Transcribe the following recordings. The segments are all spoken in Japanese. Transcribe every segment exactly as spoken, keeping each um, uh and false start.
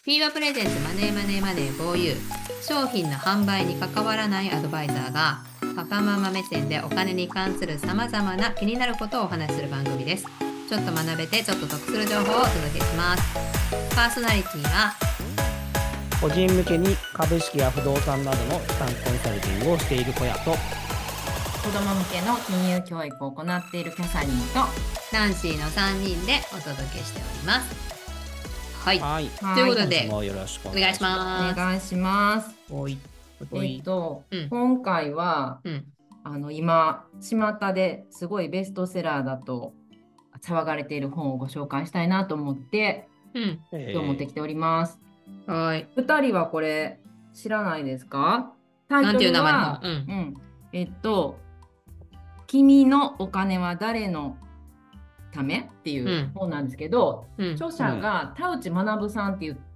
フィーバプレゼンツマネーマネーマネー フォーユー 商品の販売に関わらないアドバイザーがパパママ目線でお金に関するさまざまな気になることをお話しする番組です。ちょっと学べてちょっと得する情報をお届けします。パーソナリティは個人向けに株式や不動産などの資産コンサルティングをしている小屋と、 子ども向けの金融教育を行っているキャサリンとナンシーのさんにんでお届けしております。はい、 はい、 ということでもよろしくおお願いしおます。 願いします。 おいおえいっと、 うん今回はうんあの今巷ですごいベストセラーだと騒がれている本をご紹介したいなと思ってうんえー今日持ってきております。 はいふたりはこれ知らないですか？タイトルなんていう名前のは、 本？うんうんえっと君のお金は誰のためっていううん本なんですけど、 うん著者が田内学さんって言って、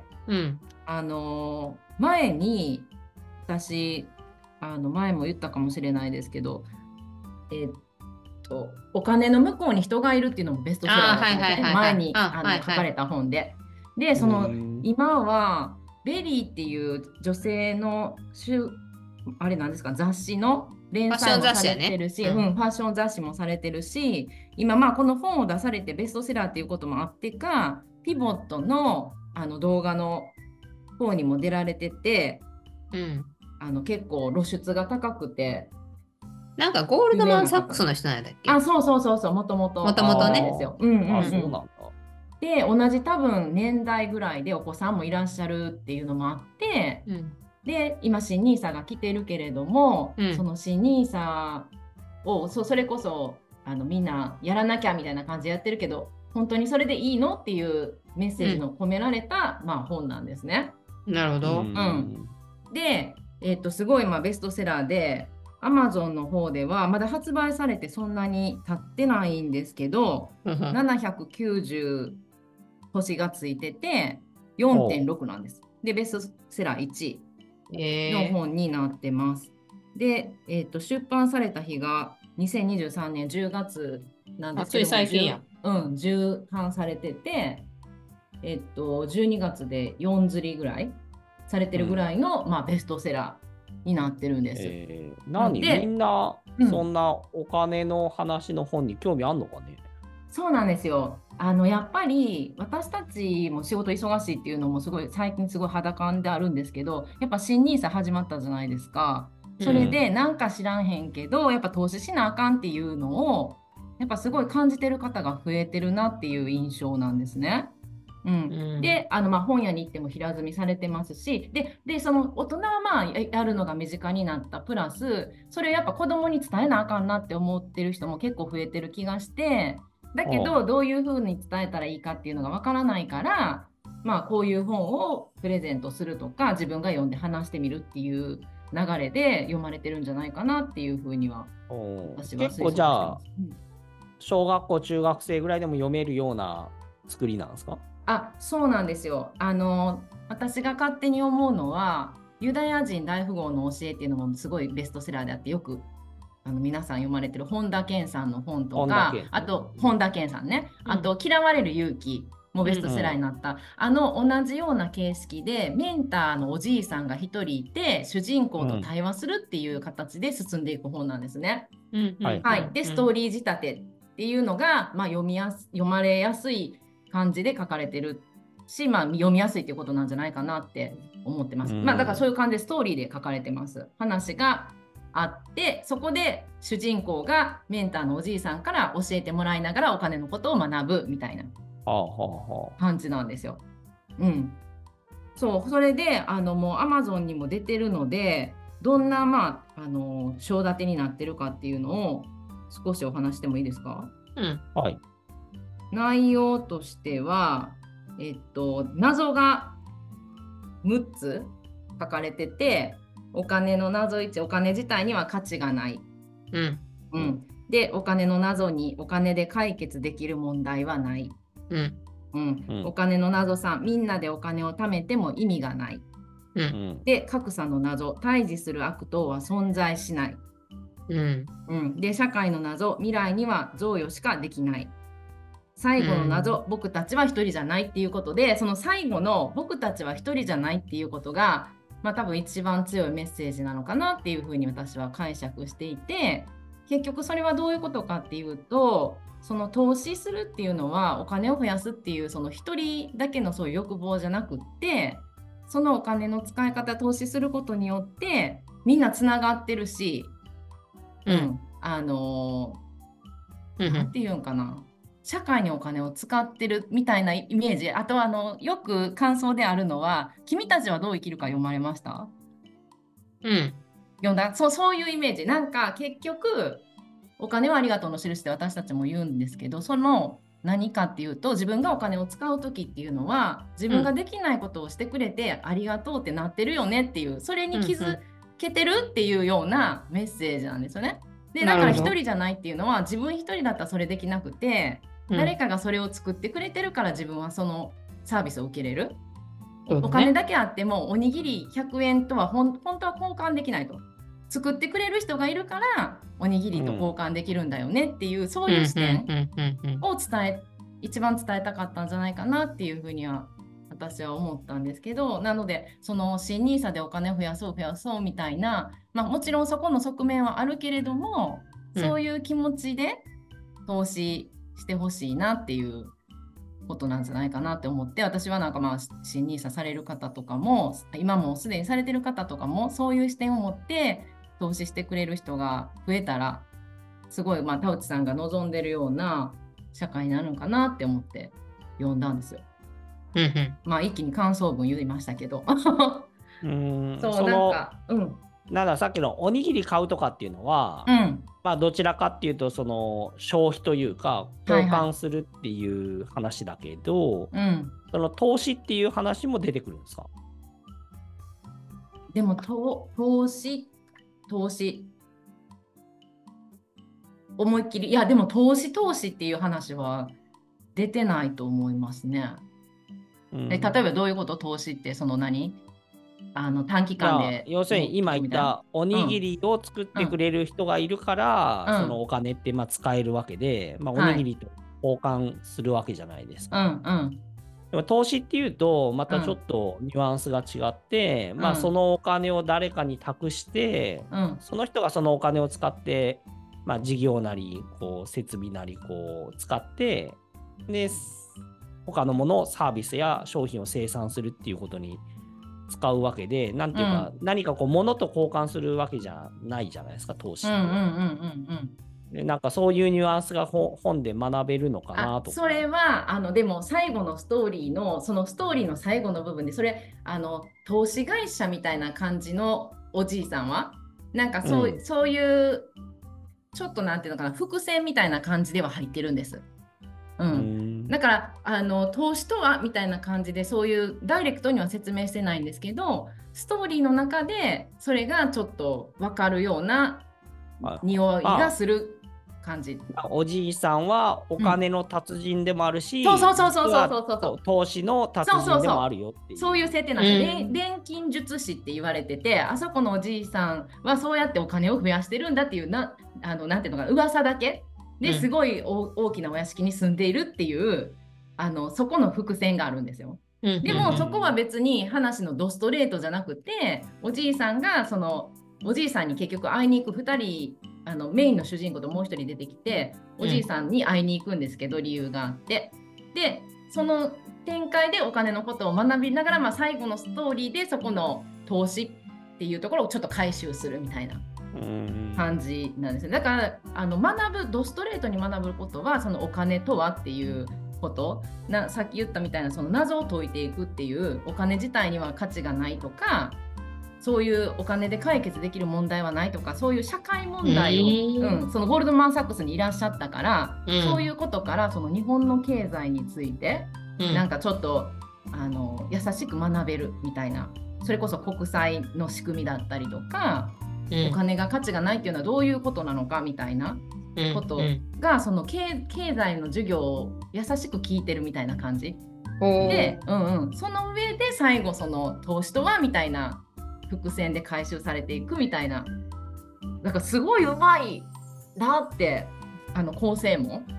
うんあのー前に私あの前も言ったかもしれないですけど、えっとお金の向こうに人がいるっていうのもベストセラーだったんですね。 あーはいはいはいはい前にあはいはいあの書かれた本で。でそのうん今はベリーっていう女性の週あれなんですか雑誌の連載もされてるし、 ファッション雑誌やねうんうんファッション雑誌もされてるし、今まあこの本を出されてベストセラーっていうこともあってか、ピボットのあの動画の方にも出られてて、 うんあの結構露出が高くて、 なんかゴールドマン・サックスの人なんだっけ？ あ、そうそうそうそう、もともともともとねですよ。うんうんあ、 うんそうなんだ。 で、同じ多分年代ぐらいでお子さんもいらっしゃるっていうのもあって、 うんで、今新ニーサが来てるけれども、 うんその新ニーサをそそれこそあのみんなやらなきゃみたいな感じでやってるけど、本当にそれでいいのっていうメッセージの込められた、まあ、本なんですね。 なるほど。 んで、えっとすごいまあベストセラーで、Amazon の方ではまだ発売されてそんなに経ってないんですけど、ななひゃくきゅうじゅう星がついてて よんてんろく なんです。で、ベストセラーいちいのえー、 本になってます。で、えっと出版された日がにせんにじゅうさんねんじゅうがつなんですけども、 あつい最近や。 うん、重版されてて、えっとじゅうにがつでよん釣りぐらいされてるぐらいの、うんまあ、ベストセラーになってるんです。 えー、何でみんなうんそんなお金の話の本に興味あんのかね？ そうなんですよ。あのやっぱり私たちも仕事忙しいっていうのもすごい最近すごい肌感であるんですけど、やっぱ新ニーサ始まったじゃないですか。それでなんか知らんへんけど、やっぱ投資しなあかんっていうのをやっぱすごい感じてる方が増えてるなっていう印象なんですね。うんうんであのまあ本屋に行っても平積みされてますし、ででその大人はまあややるのが身近になったプラス、それをやっぱ子供に伝えなあかんなって思ってる人も結構増えてる気がして、だけあどどういうふうに伝えたらいいかっていうのがわからないから、まあこういう本をプレゼントするとか自分が読んで話してみるっていう流れで読まれてるんじゃないかなっていうふうにはうん私は推測して結構じゃあます。うん小学校中学生ぐらいでも読めるような作りなんですか？ あ、そうなんですよ。あの私が勝手に思うのは、ユダヤ人大富豪の教えっていうのもすごいベストセラーであって、よくあの皆さん読まれてる本田健さんの本とか本田健、 あと本田健さんね、 うんあと嫌われる勇気もベストセラーになった、あの同じような形式でメンターのおじいさんが一人いて主人公と対話するっていう形で進んでいく本なんですね。 うんうんはいはい、でストーリー仕立てっていうのが、まあ、読みやす読まれやすい感じで書かれてるし、まあ、読みやすいっていうことなんじゃないかなって思ってます。 うんまあ、だからそういう感じでストーリーで書かれてます。話があって、そこで主人公がメンターのおじいさんから教えてもらいながらお金のことを学ぶみたいなはあはあはあ。 感じなんですよ。うん。そう、それであのもう Amazon にも出てるので、どんなまああの章立てになってるかっていうのを少しお話してもいいですか？ うんはい。 内容としては、えっと、謎がむっつ書かれてて、お金の謎いち、お金自体には価値がない。 うんうん、で、お金の謎に、お金で解決できる問題はない。 うんうんうんお金の謎さん、みんなでお金を貯めても意味がない。 ううんんで、格差の謎、対峙する悪党は存在しない。 うんうん、で、社会の謎、未来には贈与しかできない。 最後の謎、うん、僕たちは一人じゃないっていうことで、その最後の僕たちは一人じゃないっていうことが、まあ、多分一番強いメッセージなのかなっていうふうに私は解釈していて、結局それはどういうことかっていうと、その投資するっていうのはお金を増やすっていうその一人だけのそういう欲望じゃなくって、そのお金の使い方、投資することによってみんなつながってるし、うん、うん、あのー、なんていうんかな、社会にお金を使ってるみたいなイメージ。あとあのよく感想であるのは、君たちはどう生きるか読まれました？ うん、 読んだ。そう、そういうイメージ。なんか結局お金はありがとうの印って私たちも言うんですけど、その何かっていうと、自分がお金を使う時っていうのは自分ができないことをしてくれてありがとうってなってるよねっていう、それに気づけてるっていうようなメッセージなんですよね。でだから一人じゃないっていうのは、自分一人だったらそれできなくて、うん、誰かがそれを作ってくれてるから自分はそのサービスを受けれる、ね、お金だけあってもおにぎりひゃくえんとはほん本当は交換できないと、作ってくれる人がいるからおにぎりと交換できるんだよねっていう、うん、そういう視点を伝え一番伝えたかったんじゃないかなっていうふうには私は思ったんですけど、なのでその新ニーサでお金を増やそう増やそうみたいな、まあ、もちろんそこの側面はあるけれども、そういう気持ちで投資してほしいなっていうことなんじゃないかなって思って、私はなんかまあ新ニーサされる方とかも今もすでにされてる方とかもそういう視点を持って投資してくれる人が増えたら、すごいまあ田内さんが望んでるような社会になるのかなって思って読んだんですよ。 うんうん、 まあ一気に感想文言いましたけどうーんそうそのなんか、うん、 なんださっきのおにぎり買うとかっていうのは、 うん、 まあどちらかっていうとその消費というか交換するっていう話だけど、 はいはい、うん、 その投資っていう話も出てくるんですか？ でもと投資投資思いっきり、いやでも投資投資っていう話は出てないと思いますね。うん、例えばどういうこと？投資ってその何あの短期間で、 要するに今言ったおにぎりを作ってくれる人がいるから、うん、そのお金ってまあ使えるわけで、まあ、おにぎりと交換するわけじゃないですか。 うんうん、 でも投資っていうとまたちょっとニュアンスが違って、うん、まあそのお金を誰かに託して、うん、その人がそのお金を使って、まあ、事業なりこう設備なりこう使ってで他のものサービスや商品を生産するっていうことに使うわけで、なんていうか、うん、何かこう物と交換するわけじゃないじゃないですか、投資って。でなんかそういうニュアンスが本で学べるのかなとか。 それはあのでも最後のストーリーのそのストーリーの最後の部分で、それあの投資会社みたいな感じのおじいさんはなんかそう、うん、そういうちょっとなんていうのかな、伏線みたいな感じでは入ってるんです。うん、だからあの投資とはみたいな感じでそういうダイレクトには説明してないんですけど、ストーリーの中でそれがちょっと分かるような匂いがする感じ。 おじいさんはお金の達人でもあるし、 うん、そうそうそうそうそうそうそう投資の達人でもあるよっていう、 そういう設定なんですよ、うん、錬金術師って言われてて、あそこのおじいさんはそうやってお金を増やしてるんだっていうな、あのなんていうのかな、噂だけですごい大きなお屋敷に住んでいるっていう、あのそこの伏線があるんですよ。でもそこは別に話のドストレートじゃなくて、おじいさんがそのおじいさんに結局会いに行くふたり、あのメインの主人公ともう一人出てきて、おじいさんに会いに行くんですけど、理由があって、でその展開でお金のことを学びながら、まあ、最後のストーリーでそこの投資っていうところをちょっと回収するみたいな感じなんですよ。だからあの学ぶドストレートに学ぶことは、そのお金とはっていうことな、さっき言ったみたいなその謎を解いていくっていう、お金自体には価値がないとか、そういうお金で解決できる問題はないとか、そういう社会問題を、うん、そのゴールドマン・サックスにいらっしゃったから、うん、そういうことからその日本の経済について、うん、なんかちょっとあの優しく学べるみたいな、それこそ国債の仕組みだったりとか、うん、お金が価値がないっていうのはどういうことなのかみたいなことが、うん、その 経, 経済の授業を優しく聞いてるみたいな感じで、うんうん、その上で最後その投資とはみたいな伏線で回収されていくみたいな、なんかすごいうまいなって、あの構成も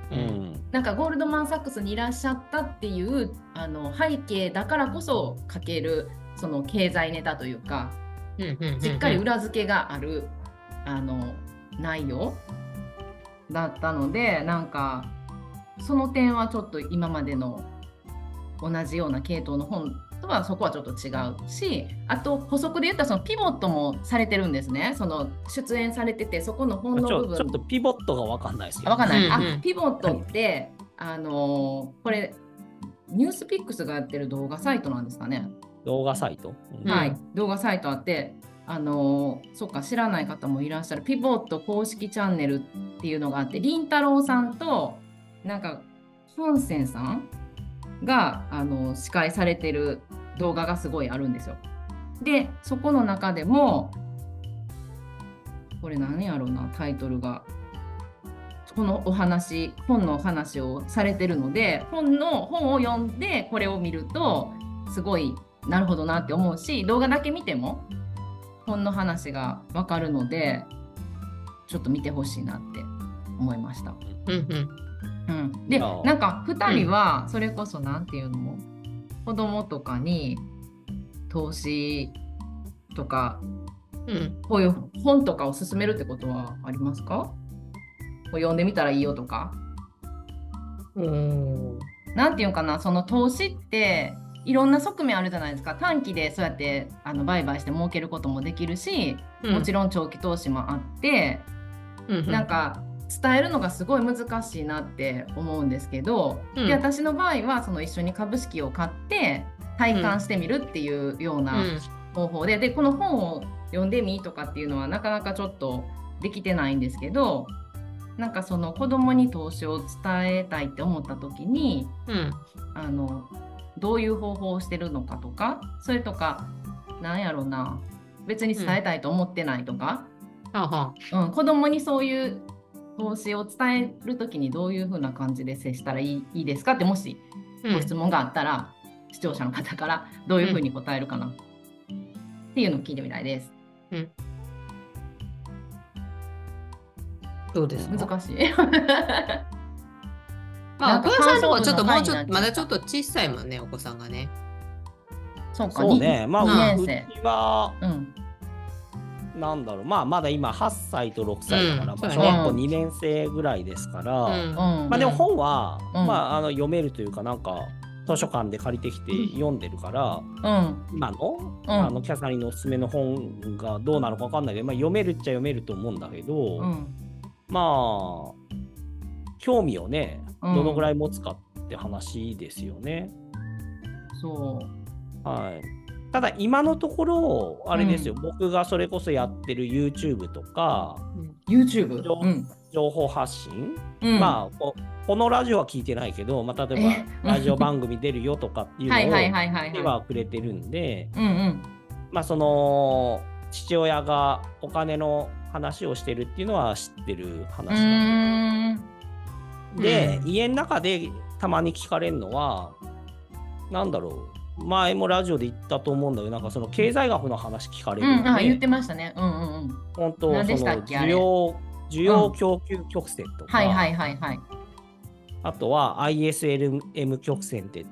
うん、なんかゴールドマン・サックスにいらっしゃったっていうあの背景だからこそ書けるその経済ネタというか、しっかり裏付けがあるあの内容だったので、なんかその点はちょっと今までの同じような系統の本とはそこはちょっと違うし、あと補足で言ったらそのピボットもされてるんですね。その出演されてて、そこの本の部分ちょ、ちょっとピボットが分かんないですけど。 分かんない、うんうん、あピボットってあのー、これニュースピックスがやってる動画サイトなんですかね。 動画サイト、 うん、はい動画サイトあって、あのー、そっか知らない方もいらっしゃるピボット公式チャンネルっていうのがあって、りんたろーさんとなんかハンセンさんがあの司会されてる動画がすごいあるんですよ。でそこの中でもこれ何やろうな、タイトルがこのお話本のお話をされてるので、本の本を読んでこれを見るとすごいなるほどなって思うし、動画だけ見ても本の話が分かるのでちょっと見てほしいなって思いました。うんうんうん、でなんかふたりはそれこそなんていうのも、子供とかに投資とか、うん、こういう本とかを勧めるってことはありますか？こう読んでみたらいいよとか。うーんなんていうかな、その投資っていろんな側面あるじゃないですか。短期でそうやってあの売買して儲けることもできるし、うん、もちろん長期投資もあって、うんうん、なんか伝えるのがすごい難しいなって思うんですけど、うん、で私の場合はその一緒に株式を買って体感してみるっていうような方法で、うん、でこの本を読んでみとかっていうのはなかなかちょっとできてないんですけど、なんかその子供に投資を伝えたいって思った時に、うん、あのどういう方法をしてるのかとか、それとかなんやろうな、別に伝えたいと思ってないとか、うんうん、子供にそういう投資を伝えるときにどういう風な感じで接したらいい、いいですかって、もしご質問があったら、うん、視聴者の方からどういう風に答えるかな、うん、っていうのを聞いてみたいです。うん、 どうですか？ 難しい。 まあ、お子さんの方はちょっともうちょっとまだちょっと小さいもんね、お子さんがね。 そうか、 そうね、まあ、 にねん生。 うちは、うんなんだろう、まあまだ今はっさいとろくさいだから、うんまあ、小学校にねん生ぐらいですから、うん、まあでも本は、うんまあ、あの読めるというか、なんか図書館で借りてきて読んでるから、うん、今の、うん、あのキャサリンのおすすめの本がどうなのか分かんないけど、まあ、読めるっちゃ読めると思うんだけど、うん、まあ興味をねどのぐらい持つかって話ですよね。 うん、そう、 はいただ今のところあれですよ、うん、僕がそれこそやってる YouTube とか、 うん、YouTube 情、うん、情報発信、うん、まあここのラジオは聞いてないけど、まあ、例えばラジオ番組出るよとかっていうのを言ってはくれてるんで、まあその父親がお金の話をしてるっていうのは知ってる話なんで、で、うん、家の中でたまに聞かれるのはなんだろう前もラジオで言ったと思うんだけど、なんかその経済学の話聞かれるので、うん、 あ言ってましたね。うんうんうん。 本当その需要需要供給曲線とか、 うん、はいはいはいはい。 あとは アイエスエルエム 曲線って言って、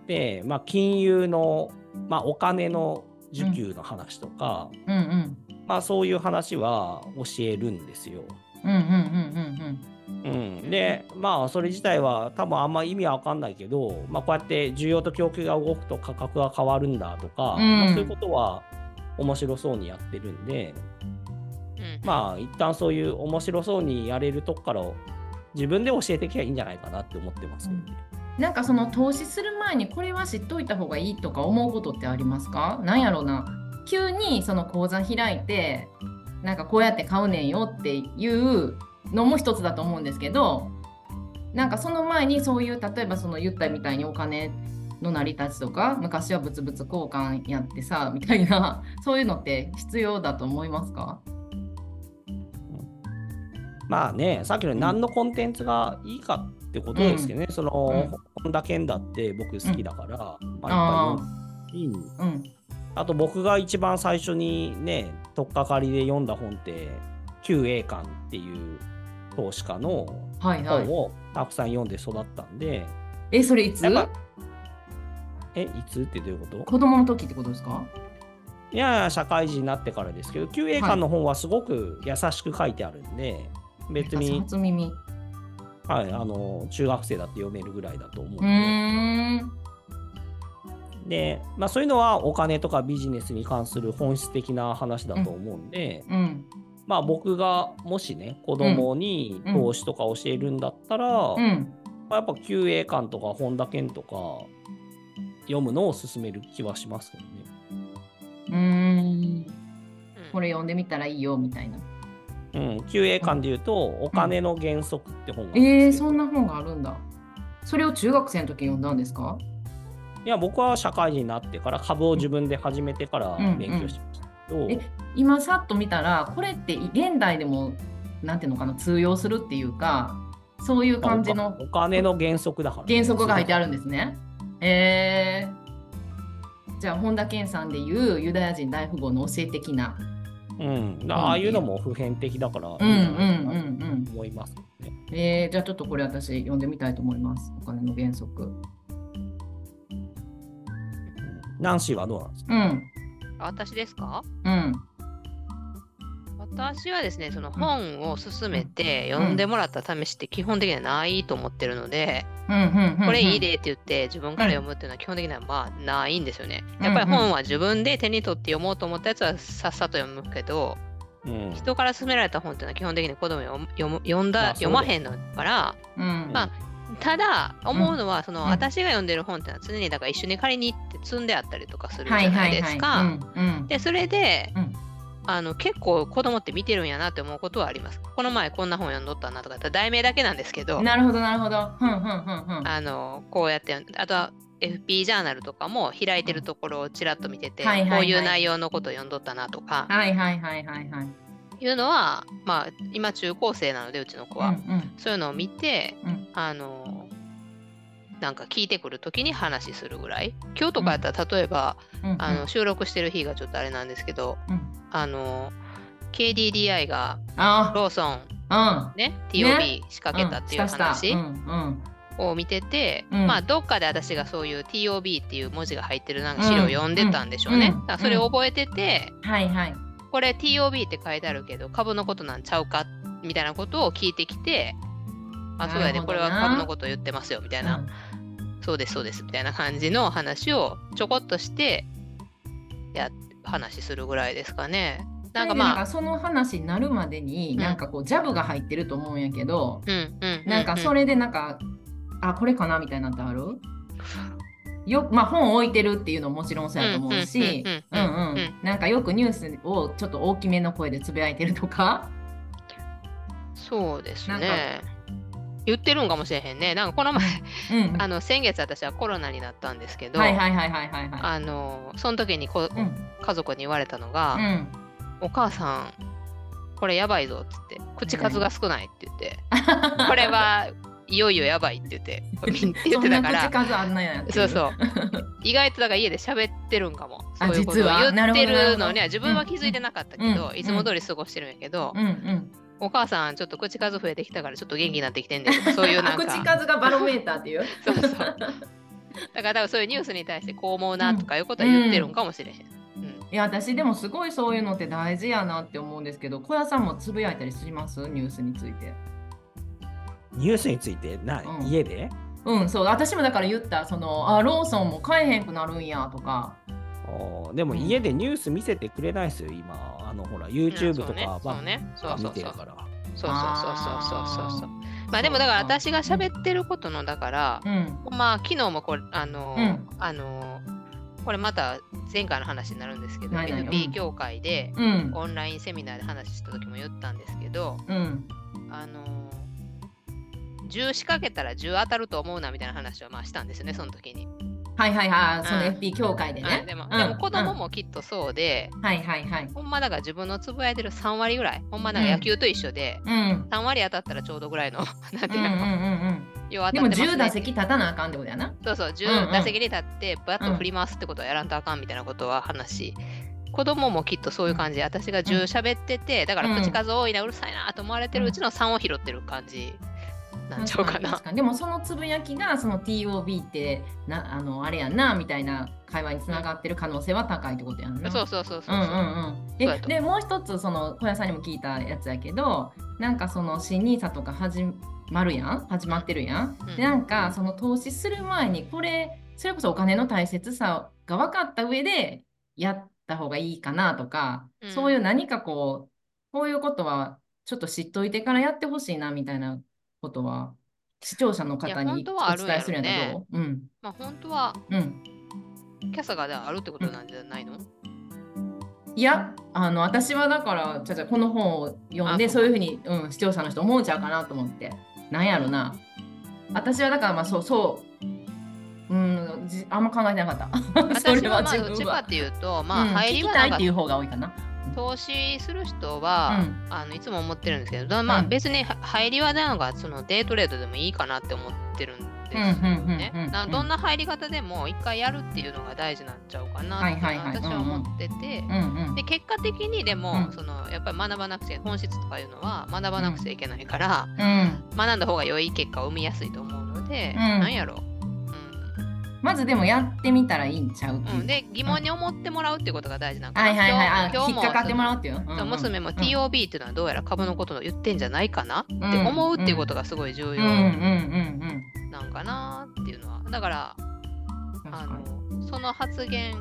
まあ金融のまあお金の需給の話とか、うんうんうん、まあそういう話は教えるんですよ。うんうんうんうんうん。うん、でまあそれ自体は多分あんま意味は分かんないけど、まあ、こうやって需要と供給が動くと価格が変わるんだとか、うんまあ、そういうことは面白そうにやってるんで、うん、まあ一旦そういう面白そうにやれるとこから自分で教えていけばいいんじゃないかなって思ってますけどね。 うん、なんかその投資する前にこれは知っといた方がいいとか思うことってありますか？なんやろうな、急にその口座開いてなんかこうやって買うねんよっていうのも一つだと思うんですけど、なんかその前にそういう例えばその言ったみたいにお金の成り立ちとか昔は物々交換やってさみたいなそういうのって必要だと思いますか？ まあね、さっきの何のコンテンツがいいかってことですけどね、うん、その、うん、本田健だって僕好きだから、うん、まあ、いっぱい読んで、うん、あと僕が一番最初にね取っかかりで読んだ本って旧栄館っていう投資家の本をたくさん読んで育ったんで。 え、それいつ？ え、いつってどういうこと？ 子供の時ってことですか？ いや、社会人になってからですけど、きゅうえいかんの本はすごく優しく書いてあるんで、はい、別に、 初耳。 はい、あの、中学生だって読めるぐらいだと思うんで。 うーんで、まあ、そういうのはお金とかビジネスに関する本質的な話だと思うんで、 うんうん、 まあ、僕がもしね、子供に投資とか教えるんだったら、うんうんまあ、やっぱきゅうえいかんとか本田健とか読むのを勧める気はしますけどね。 うーんこれ読んでみたらいいよみたいな。 うん、きゅうえいかんで言うと、お金の原則って本があるんですけど、うん、えー、そんな本があるんだ。それを中学生の時読んだんですか？ いや、僕は社会人になってから株を自分で始めてから勉強しましたけど、うんうん、 え今さっと見たらこれって現代でもなんていうのかな通用するっていうかそういう感じのお, お金の原則だから、 ね、原則が入ってあるんですね。えー、じゃあ本田健さんでいうユダヤ人大富豪の教え的な、 うん、ああいうのも普遍的だからいいんじゃないかなと思いますね。 えー、じゃあちょっとこれ私読んでみたいと思います。お金の原則。 ナンシーはどうなんですか？ うん、 私ですか？ うん、 私はですね、その本を勧めて読んでもらった試しって基本的にはないと思ってるので、これいいでって言って自分から読むっていうのは基本的にはまあないんですよね。やっぱり本は自分で手に取って読もうと思ったやつはさっさと読むけど、うん、人から勧められた本っていうのは基本的に子供読む読んだ、まあ、読まへんのから、うん、まあただ思うのは、うん、その私が読んでる本っていうのは常にだから一緒に借りに行って積んであったりとかするじゃないですか。でそれで、うん、あの結構子供って見てるんやなって思うことはあります。この前こんな本読んどったなとか題名だけなんですけど、 なるほどなるほど、 ふんふんふんふん、あのこうやってあとは エフピー ジャーナルとかも開いてるところをちらっと見てて、うんはいはいはい、こういう内容のことを読んどったなとか、 はいはいはいはいはいいうのは、まあ、今中高生なのでうちの子は、うんうん、そういうのを見て、うん、あのなんか聞いてくるときに話するぐらい。今日とかやったら例えば、うん、あの収録してる日がちょっとあれなんですけど、うん、あの ケーディーディーアイ がローソン、うんね、ティーオービー 仕掛けたっていう話を見てて、うん、まあどっかで私がそういう ティーオービー っていう文字が入ってるなんか資料を読んでたんでしょうね。だからそれを覚えてて、はいはい、これ ティーオービー って書いてあるけど株のことなんちゃうかみたいなことを聞いてきて、あ、そうやね、これは株のことを言ってますよみたいな、うん、そうですそうですみたいな感じの話をちょこっとしてや話するぐらいですかね。 なんかまあなんかその話になるまでになんかこうジャブが入ってると思うんやけど、うんうん、なんかそれでなんか、うん、あこれかなみたいなのってある？よまあ本置いてるっていうのももちろんそうやと思うし、なんかよくニュースをちょっと大きめの声でつぶやいてるとか。 そうですね。言ってるんかもしれへんね。なんかこの前、うん、あの先月私はコロナになったんですけど、はいはいはいはいはい、はい、あのその時にこ、うん、家族に言われたのが、うん、お母さんこれやばいぞって言って口数が少ないって言って、うん、これはいよいよやばいって言って言ってたから、 そんな口数あんなやそうそう意外とだから家で喋ってるんかも、そういうことを言ってるのには自分は気づいてなかったけど、うん、いつも通り過ごしてるんやけど、うんうんお母さんちょっと口数増えてきたからちょっと元気になってきてんねんとかそういうなんか口数がバロメーターっていうそうそうだから多分そういうニュースに対してこう思うなとかいうことは言ってるんかもしれへん、うんうん、 いや私でもすごいそういうのって大事やなって思うんですけど、小屋さんもつぶやいたりします？ニュースについて。 ニュースについてな、うん、家でうんそう私もだから言ったそのあローソンも買えへんくなるんやとか。 でも家でニュース見せてくれないですよ、うん、今あのほら YouTube とかばっか見てるから。 そうそうそうそうそうそうそう。まあでもだから私が喋ってることのだから、うん、まあ昨日もこれあの、うん、あのこれまた前回の話になるんですけど、エフピー 協会で、うん、オンラインセミナーで話した時も言ったんですけど、うん、あのじゅう仕掛けたらじゅう当たると思うなみたいな話をまあしたんですよねその時に。 はいはいはい、その エフピー 協会でね。 でも、うん、でも子供もきっとそうで、うん、はいはいはい。ほんまだから自分のつぶやいてるさんわりぐらい、ほんまなんか野球と一緒で、うん、さんわり当たったらちょうどぐらいの、なんていうの、うんうんうん、 よう当たってますね。でもじゅう打席立たなあかんってことやな。 そうそう、じゅう打席に立ってバッと振り回すってことはやらんとあかんみたいなことは話。子供もきっとそういう感じで、私がじゅう喋ってて、だから口数多いな、うるさいなと思われてるうちのさんを拾ってる感じ。 なんちゃうかな。 確かにでもそのつぶやきがその ティーオービー ってなあのあれやんなみたいな会話につながってる可能性は高いってことやんな。 そうそうそうそう。 うんうんうん、で, でもう一つその小屋さんにも聞いたやつやけど、なんかその新ニーサとか始まるやん始まってるやん、うん、でなんかその投資する前にこれそれこそお金の大切さが分かった上でやった方がいいかなとか、うん、そういう何かこうこういうことはちょっと知っといてからやってほしいなみたいなことは視聴者の方にお伝えするんやけど、うん、 まあ本当は、うん、キャサガであるってことなんじゃないの？ いやあの私はだからちゃちゃこの本を読んでそういうふうに、うん、視聴者の人思うんちゃうかなと思って、なんやろな、私はだからまあそうそううんあんま考えてなかった私はまあどっちかっていうとまあ入りはなんか、うん、聞きたいっていう方が多いかな。 投資する人は、うん、あのいつも思ってるんですけど、まあ、別に入りはなのがそのデイトレードでもいいかなって思ってるんですよね。どんな入り方でも一回やるっていうのが大事なんちゃうかなって私は思ってて、で結果的にでも、うん、そのやっぱり学ばなくちゃ本質とかいうのは学ばなくちゃいけないから、うん、学んだ方が良い結果を生みやすいと思うので、うん、なんやろう。 まずでもやってみたらいいんちゃうっていう、 うん、で疑問に思ってもらうっていうことが大事なんかな、 はいはいはい、今日も引っかかってもらうっていう、 うんうん、娘も ティーオービー っていうのはどうやら株のことを言ってんじゃないかなって思うっていうことがすごい重要なんかなっていうのは、だからあのその発言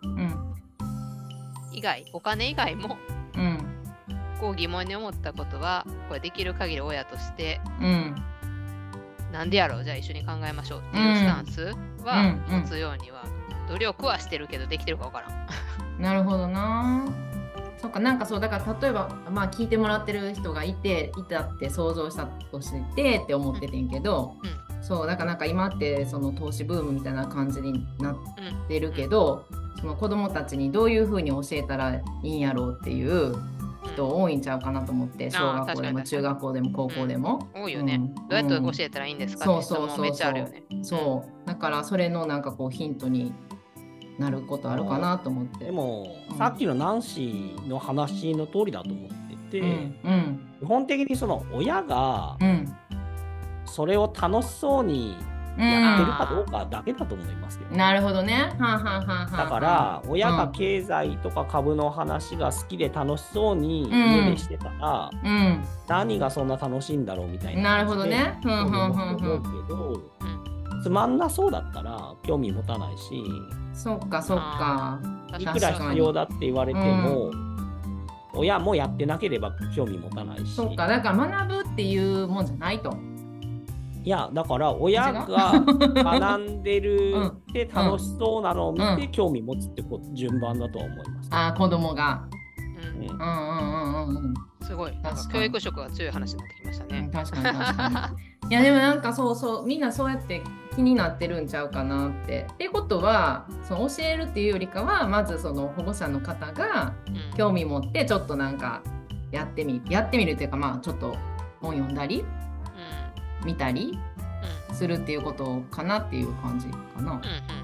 以外、お金以外も、うん、こう疑問に思ったことはこれできる限り親として、うん、なんでやろうじゃあ一緒に考えましょうっていうスタンスは持つようには、うんうん、努力はしてるけどできてるか分からんなるほどな。そっか、なんかそうだから例えばまあ聞いてもらってる人がいていたって想像したとしてって思っててんけど、うんうん、そうだからなんか今ってその投資ブームみたいな感じになってるけど、うんうん、その子どもたちにどういうふうに教えたらいいんやろうっていう人多いんちゃうかなと思って、小学校でも中学校でも高校でも、 うん、多いよね、うん、どうやって教えたらいいんですかって質問めっちゃあるよね。 そうだからそれのなんかこうヒントになることあるかなと思って。 でも、うん、さっきのナンシーの話の通りだと思ってて、うんうん、基本的にその親がそれを楽しそうにやってるかどうかだけだと思いますけど、ね、 うん、なるほどね。ははははだから親が経済とか株の話が好きで楽しそうに家でしてたら、うんうん、何がそんな楽しいんだろうみたいな。 なるほどね。 思うけど、つまんなそうだったら興味持たないし、 そっかそっか、 いくら必要だって言われても、うん、親もやってなければ興味持たないし。 そっか、だから学ぶっていうもんじゃないと。 いやだから親が学んでるって楽しそうなのを見て興味持つってこ順番だとは思います、ね。 あ、子供が、 うん、うんうんうんうんすごいなんか教育色が強い話になってきましたね。 うん、確かに確かにいやでもなんかそうそうみんなそうやって気になってるんちゃうかなって。ってことはその教えるっていうよりかはまずその保護者の方が興味持ってちょっとなんかやってみやってみるっていうか、まあちょっと本読んだり、うん、見たりするっていうことかなっていう感じかな。うんうん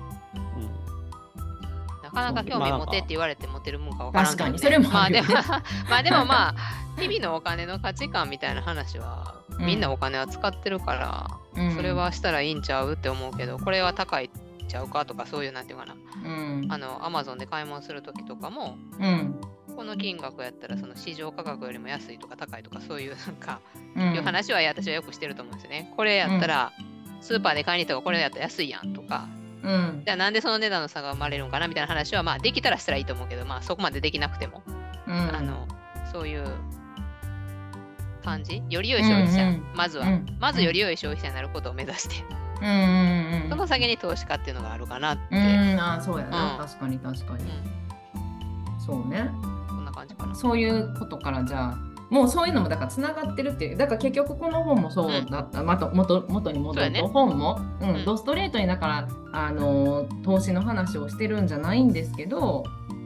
なかなか興味持てって言われて持てるもんか分からんけど、ね、 確かにそれもあるよね。 まあでもまあ日々のお金の価値観みたいな話は、うん、みんなお金は使ってるから、うん、それはしたらいいんちゃうって思うけど、これは高いちゃうかとかそういうなんていうかな、うん、あのアマゾンで買い物するときとかも、うん、この金額やったらその市場価格よりも安いとか高いとかそういうなんか、うん、いう話は私はよくしてると思うんですよね。これやったら、うん、スーパーで買いに行ったらこれやったら安いやんとか。うん、じゃあなんでその値段の差が生まれるのかなみたいな話はまあできたらしたらいいと思うけど、まあそこまでできなくても、うん、あのそういう感じより良い消費者、うんうん、まずは、うん、まずより良い消費者になることを目指して、うんうんうん、その先に投資家っていうのがあるかなって、うん、 あそうやな、うん、確かに確かに、うん、そうね、 そんな感じかな。 そういうことからじゃあもうそういうのもだからつながってるっていう、だから結局この本もそうだった、うん、また 元, 元に戻ると、ね、本も、うんうん、ドストレートにだからあの投資の話をしてるんじゃないんですけど、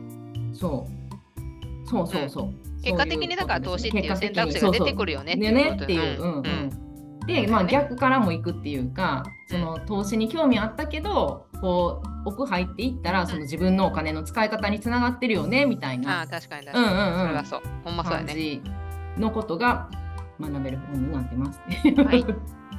そうそうそうそう、うん、 結果的にだから投資っていう選択肢が出てくるよねっていうことっていう、うんうんうん、で、まあ、逆からも行くっていうか、その投資に興味あったけどこう奥入っていったらその自分のお金の使い方につながってるよねみたいな、 あ確かに確かに、うんうんうん、それはそうほんまそうやねのことが学べる本になってますね。はい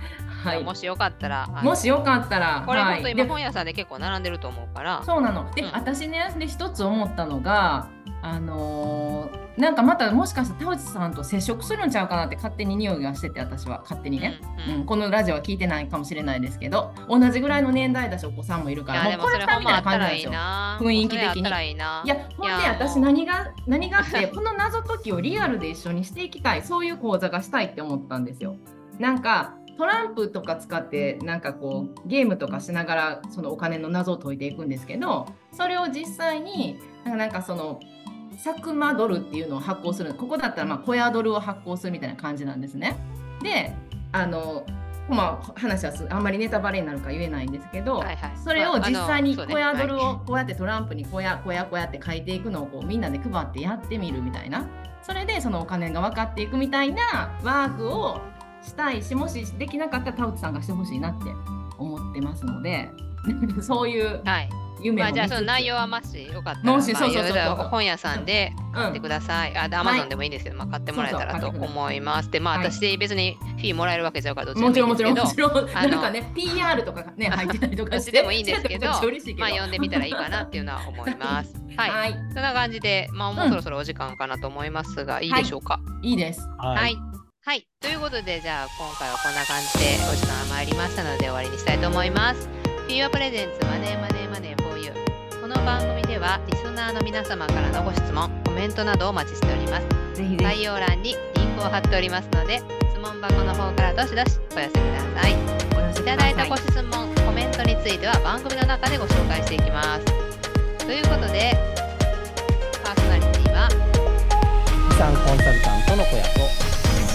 はい、 もしよかったらもしよかったらこれ本当今本屋さんで結構並んでると思うから。 そうなので、うん、私ねで一つ思ったのがあのーなんかまたもしかして田内さんと接触するんちゃうかなって勝手に匂いがしてて、私は勝手にね、うんうん、このラジオは聞いてないかもしれないですけど、同じぐらいの年代だしお子さんもいるから、もうこれみたいな感じなんですよ、雰囲気的に。いやほんで私何が何がってこの謎解きをリアルで一緒にしていきたい、そういう講座がしたいって思ったんですよ。なんかトランプとか使ってなんかこうゲームとかしながらそのお金の謎を解いていくんですけど、それを実際になんかそのサクマドルっていうのを発行する、ここだったらまあコヤドルを発行するみたいな感じなんですね。であのまあ話はあんまりネタバレになるか言えないんですけど、はいはい、それを実際にコヤドルをこうやってトランプにコヤコヤコヤって書いていくのをこうみんなで配ってやってみるみたいな、それでそのお金が分かっていくみたいなワークをしたいし、もしできなかったら田内さんがしてほしいなって思ってますのでそういう夢も、 まあ、じゃあその内容はもしよかったら、まあ、そうそうそうそう本屋さんで買ってください、うん、あアマゾンでもいいんですけど、まあ、買ってもらえたらと思います。で、まあ、私別にフィーもらえるわけじゃうからどっちでもいいんですけど、もちろんもちろんもちろんなんかね ピーアール とかね入ってたりとかしてでもいいんですけどまあ読んでみたらいいかなっていうのは思いますはい、はい、そんな感じで、まあ、もうそろそろお時間かなと思いますが、うん、いいでしょうか。 はい、いいです。 はい、はいはい、ということでじゃあ今回はこんな感じでお時間が参りましたので終わりにしたいと思います。フィーアプレゼンツマネーマネーマネー フォーユー。 この番組ではリスナーの皆様からのご質問コメントなどをお待ちしております。ぜひぜひ概要欄にリンクを貼っておりますので質問箱の方からどしどしお寄せください。いただいたご質問コメントについては番組の中でご紹介していきます。ということでパーソナリティは資産コンサルタントの小屋と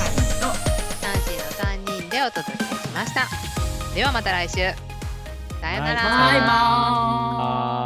でお届けしました。ではまた来週。さよなら。 バイバーイ。